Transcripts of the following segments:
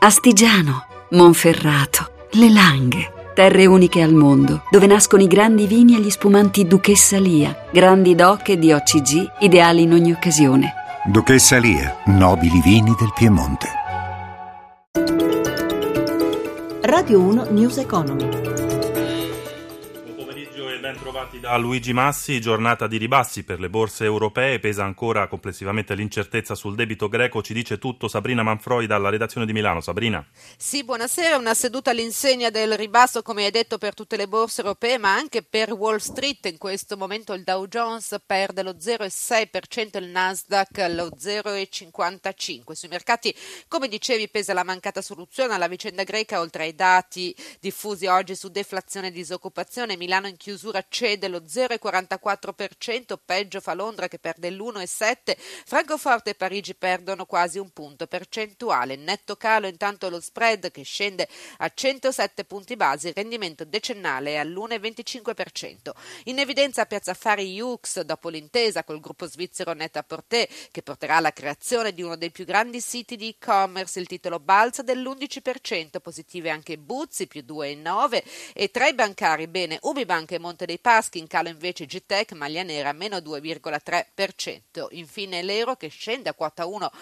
Astigiano, Monferrato, Le Langhe, terre uniche al mondo, dove nascono i grandi vini e gli spumanti Duchessa Lia, grandi DOC e DOCG, ideali in ogni occasione. Duchessa Lia, nobili vini del Piemonte. Radio 1 News Economy. Ben trovati da Luigi Massi. Giornata di ribassi per le borse europee, pesa ancora complessivamente l'incertezza sul debito greco. Ci dice tutto Sabrina Manfroi dalla redazione di Milano. Sabrina. Sì, buonasera. Una seduta all'insegna del ribasso, come hai detto, per tutte le borse europee, ma anche per Wall Street. In questo momento il Dow Jones perde lo 0,6%, il Nasdaq lo 0,55%. Sui mercati, come dicevi, pesa la mancata soluzione alla vicenda greca, oltre ai dati diffusi oggi su deflazione e disoccupazione. Milano in chiusura cede lo 0,44%, peggio fa Londra che perde l'1,7%, Francoforte e Parigi perdono quasi un punto percentuale. Netto calo intanto lo spread che scende a 107 punti base, il rendimento decennale è all'1,25%. In evidenza Piazza Affari Yux dopo l'intesa col gruppo svizzero Net-a-Porter che porterà alla creazione di uno dei più grandi siti di e-commerce. Il titolo balza dell'11%, positive anche Buzzi più 2,9% e tra i bancari bene Ubibank e Monte dei Paschi, in calo invece GTEC, maglia nera, meno 2,3%. Infine l'euro che scende a quota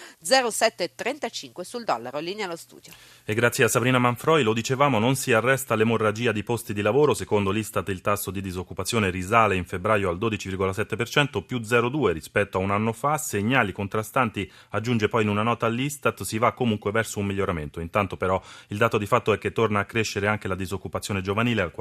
1,0735 sul dollaro. Linea allo studio. E grazie a Sabrina Manfroi, lo dicevamo, non si arresta l'emorragia di posti di lavoro. Secondo l'Istat il tasso di disoccupazione risale in febbraio al 12,7%, più 0,2 rispetto a un anno fa. Segnali contrastanti, aggiunge poi in una nota all'Istat, si va comunque verso un miglioramento. Intanto però il dato di fatto è che torna a crescere anche la disoccupazione giovanile al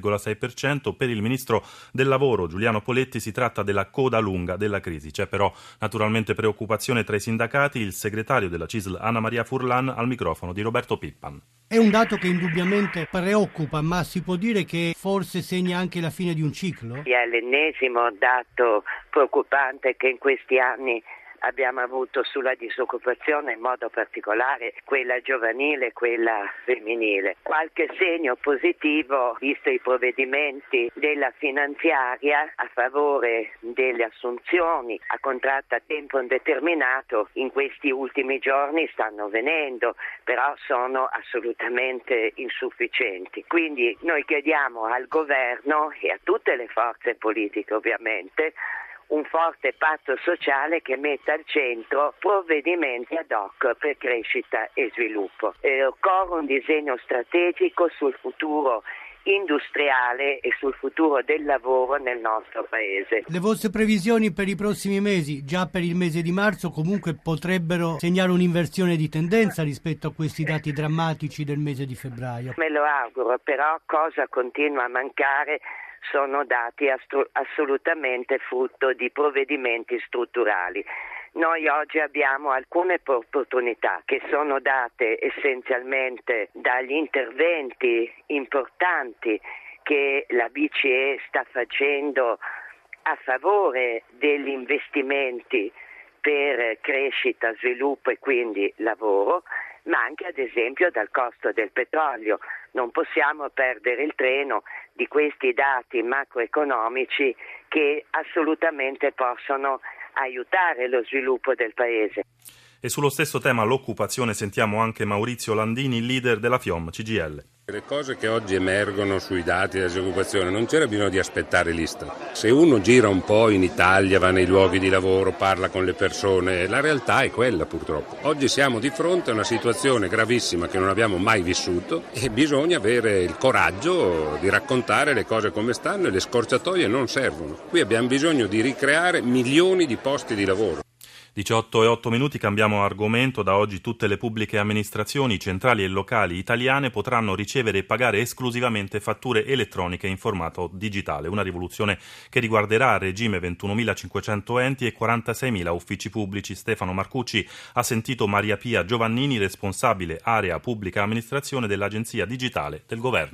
42,6%. Per il ministro del lavoro Giuliano Poletti si tratta della coda lunga della crisi. C'è però naturalmente preoccupazione tra i sindacati. Il segretario della CISL Anna Maria Furlan al microfono di Roberto Pippan. È un dato che indubbiamente preoccupa, ma si può dire che forse segna anche la fine di un ciclo? È l'ennesimo dato preoccupante che in questi anni abbiamo avuto sulla disoccupazione, in modo particolare quella giovanile e quella femminile. Qualche segno positivo, visto i provvedimenti della finanziaria a favore delle assunzioni a contratto a tempo indeterminato, in questi ultimi giorni stanno venendo, però sono assolutamente insufficienti. Quindi noi chiediamo al governo e a tutte le forze politiche ovviamente un forte patto sociale che metta al centro provvedimenti ad hoc per crescita e sviluppo. Occorre un disegno strategico sul futuro industriale e sul futuro del lavoro nel nostro paese. Le vostre previsioni per i prossimi mesi, già per il mese di marzo, comunque potrebbero segnare un'inversione di tendenza rispetto a questi dati drammatici del mese di febbraio. Me lo auguro, però cosa continua a mancare sono dati assolutamente frutto di provvedimenti strutturali. Noi oggi abbiamo alcune opportunità che sono date essenzialmente dagli interventi importanti che la BCE sta facendo a favore degli investimenti per crescita, sviluppo e quindi lavoro, ma anche ad esempio dal costo del petrolio. Non possiamo perdere il treno di questi dati macroeconomici che assolutamente possono aiutare lo sviluppo del paese. E sullo stesso tema, l'occupazione, sentiamo anche Maurizio Landini, leader della FIOM CGIL. Le cose che oggi emergono sui dati della disoccupazione non c'era bisogno di aspettare l'Istat. Se uno gira un po' in Italia, va nei luoghi di lavoro, parla con le persone, la realtà è quella purtroppo. Oggi siamo di fronte a una situazione gravissima che non abbiamo mai vissuto e bisogna avere il coraggio di raccontare le cose come stanno e le scorciatoie non servono. Qui abbiamo bisogno di ricreare milioni di posti di lavoro. 18:08, cambiamo argomento. Da oggi tutte le pubbliche amministrazioni centrali e locali italiane potranno ricevere e pagare esclusivamente fatture elettroniche in formato digitale, una rivoluzione che riguarderà a regime 21.500 enti e 46.000 uffici pubblici. Stefano Marcucci ha sentito Maria Pia Giovannini, responsabile area pubblica amministrazione dell'Agenzia Digitale del Governo. In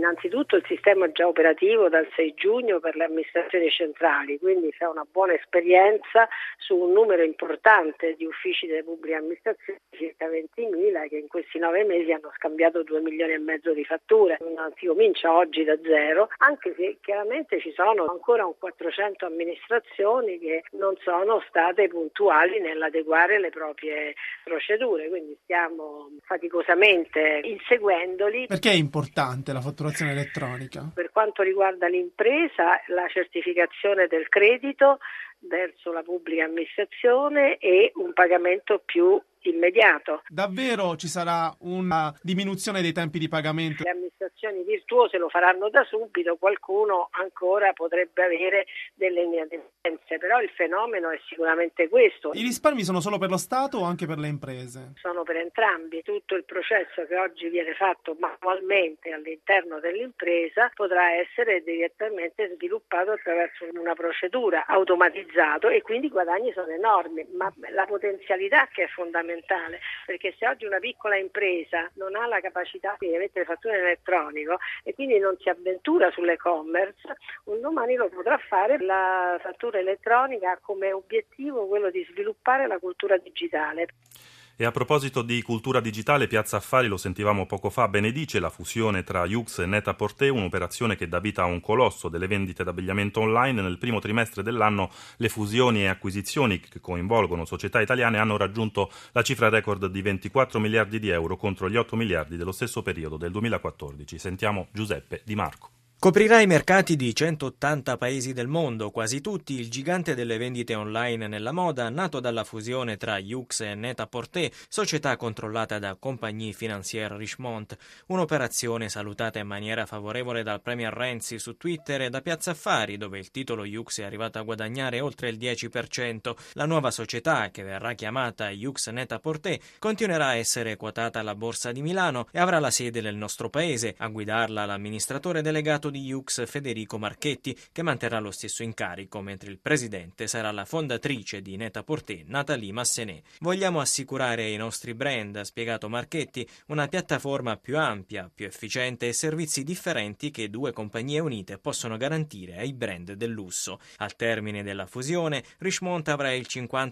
Innanzitutto il sistema è già operativo dal 6 giugno per le amministrazioni centrali, quindi c'è una buona esperienza su un numero importante di uffici delle pubbliche amministrazioni, circa 20.000, che in questi 9 mesi hanno scambiato 2,5 milioni di fatture. Non si comincia oggi da zero, anche se chiaramente ci sono ancora un 400 amministrazioni che non sono state puntuali nell'adeguare le proprie procedure, quindi stiamo faticosamente inseguendoli. Perché è importante la fatturazione elettronica? Per quanto riguarda l'impresa, la certificazione del credito verso la pubblica amministrazione e un pagamento più immediato. Davvero ci sarà una diminuzione dei tempi di pagamento? Le amministrazioni virtuose lo faranno da subito, qualcuno ancora potrebbe avere delle inadempienze, però il fenomeno è sicuramente questo. I risparmi sono solo per lo Stato o anche per le imprese? Sono per entrambi. Tutto il processo che oggi viene fatto manualmente all'interno dell'impresa potrà essere direttamente sviluppato attraverso una procedura automatizzata e quindi i guadagni sono enormi, ma la potenzialità che è fondamentale, perché se oggi una piccola impresa non ha la capacità di emettere fatture in elettronico e quindi non si avventura sull'e-commerce, un domani lo potrà fare. La fattura elettronica ha come obiettivo quello di sviluppare la cultura digitale. E a proposito di cultura digitale, Piazza Affari, lo sentivamo poco fa, benedice la fusione tra YOOX e Net-a-Porter, un'operazione che dà vita a un colosso delle vendite d'abbigliamento online. Nel primo trimestre dell'anno le fusioni e acquisizioni che coinvolgono società italiane hanno raggiunto la cifra record di 24 miliardi di euro contro gli 8 miliardi dello stesso periodo del 2014. Sentiamo Giuseppe Di Marco. Coprirà i mercati di 180 paesi del mondo, quasi tutti il gigante delle vendite online nella moda, nato dalla fusione tra YOOX e Net-a-Porter, società controllata da Compagnie Financières Richemont. Un'operazione salutata in maniera favorevole dal premier Renzi su Twitter e da Piazza Affari, dove il titolo YOOX è arrivato a guadagnare oltre il 10%. La nuova società, che verrà chiamata YOOX Net-a-Porter, continuerà a essere quotata alla Borsa di Milano e avrà la sede nel nostro paese. A guidarla l'amministratore delegato di YOOX Federico Marchetti, che manterrà lo stesso incarico, mentre il presidente sarà la fondatrice di Net-a-Porter, Nathalie Massenet. Vogliamo assicurare ai nostri brand, ha spiegato Marchetti, una piattaforma più ampia, più efficiente e servizi differenti che due compagnie unite possono garantire ai brand del lusso. Al termine della fusione, Richemont avrà il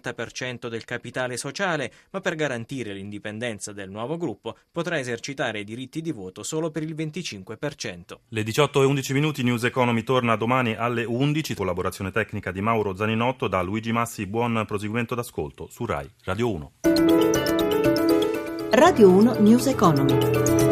50% del capitale sociale, ma per garantire l'indipendenza del nuovo gruppo potrà esercitare i diritti di voto solo per il 25%. Le 18:11 minuti, News Economy torna domani alle 11, collaborazione tecnica di Mauro Zaninotto. Da Luigi Massi buon proseguimento d'ascolto su Rai Radio 1. Radio 1 News Economy.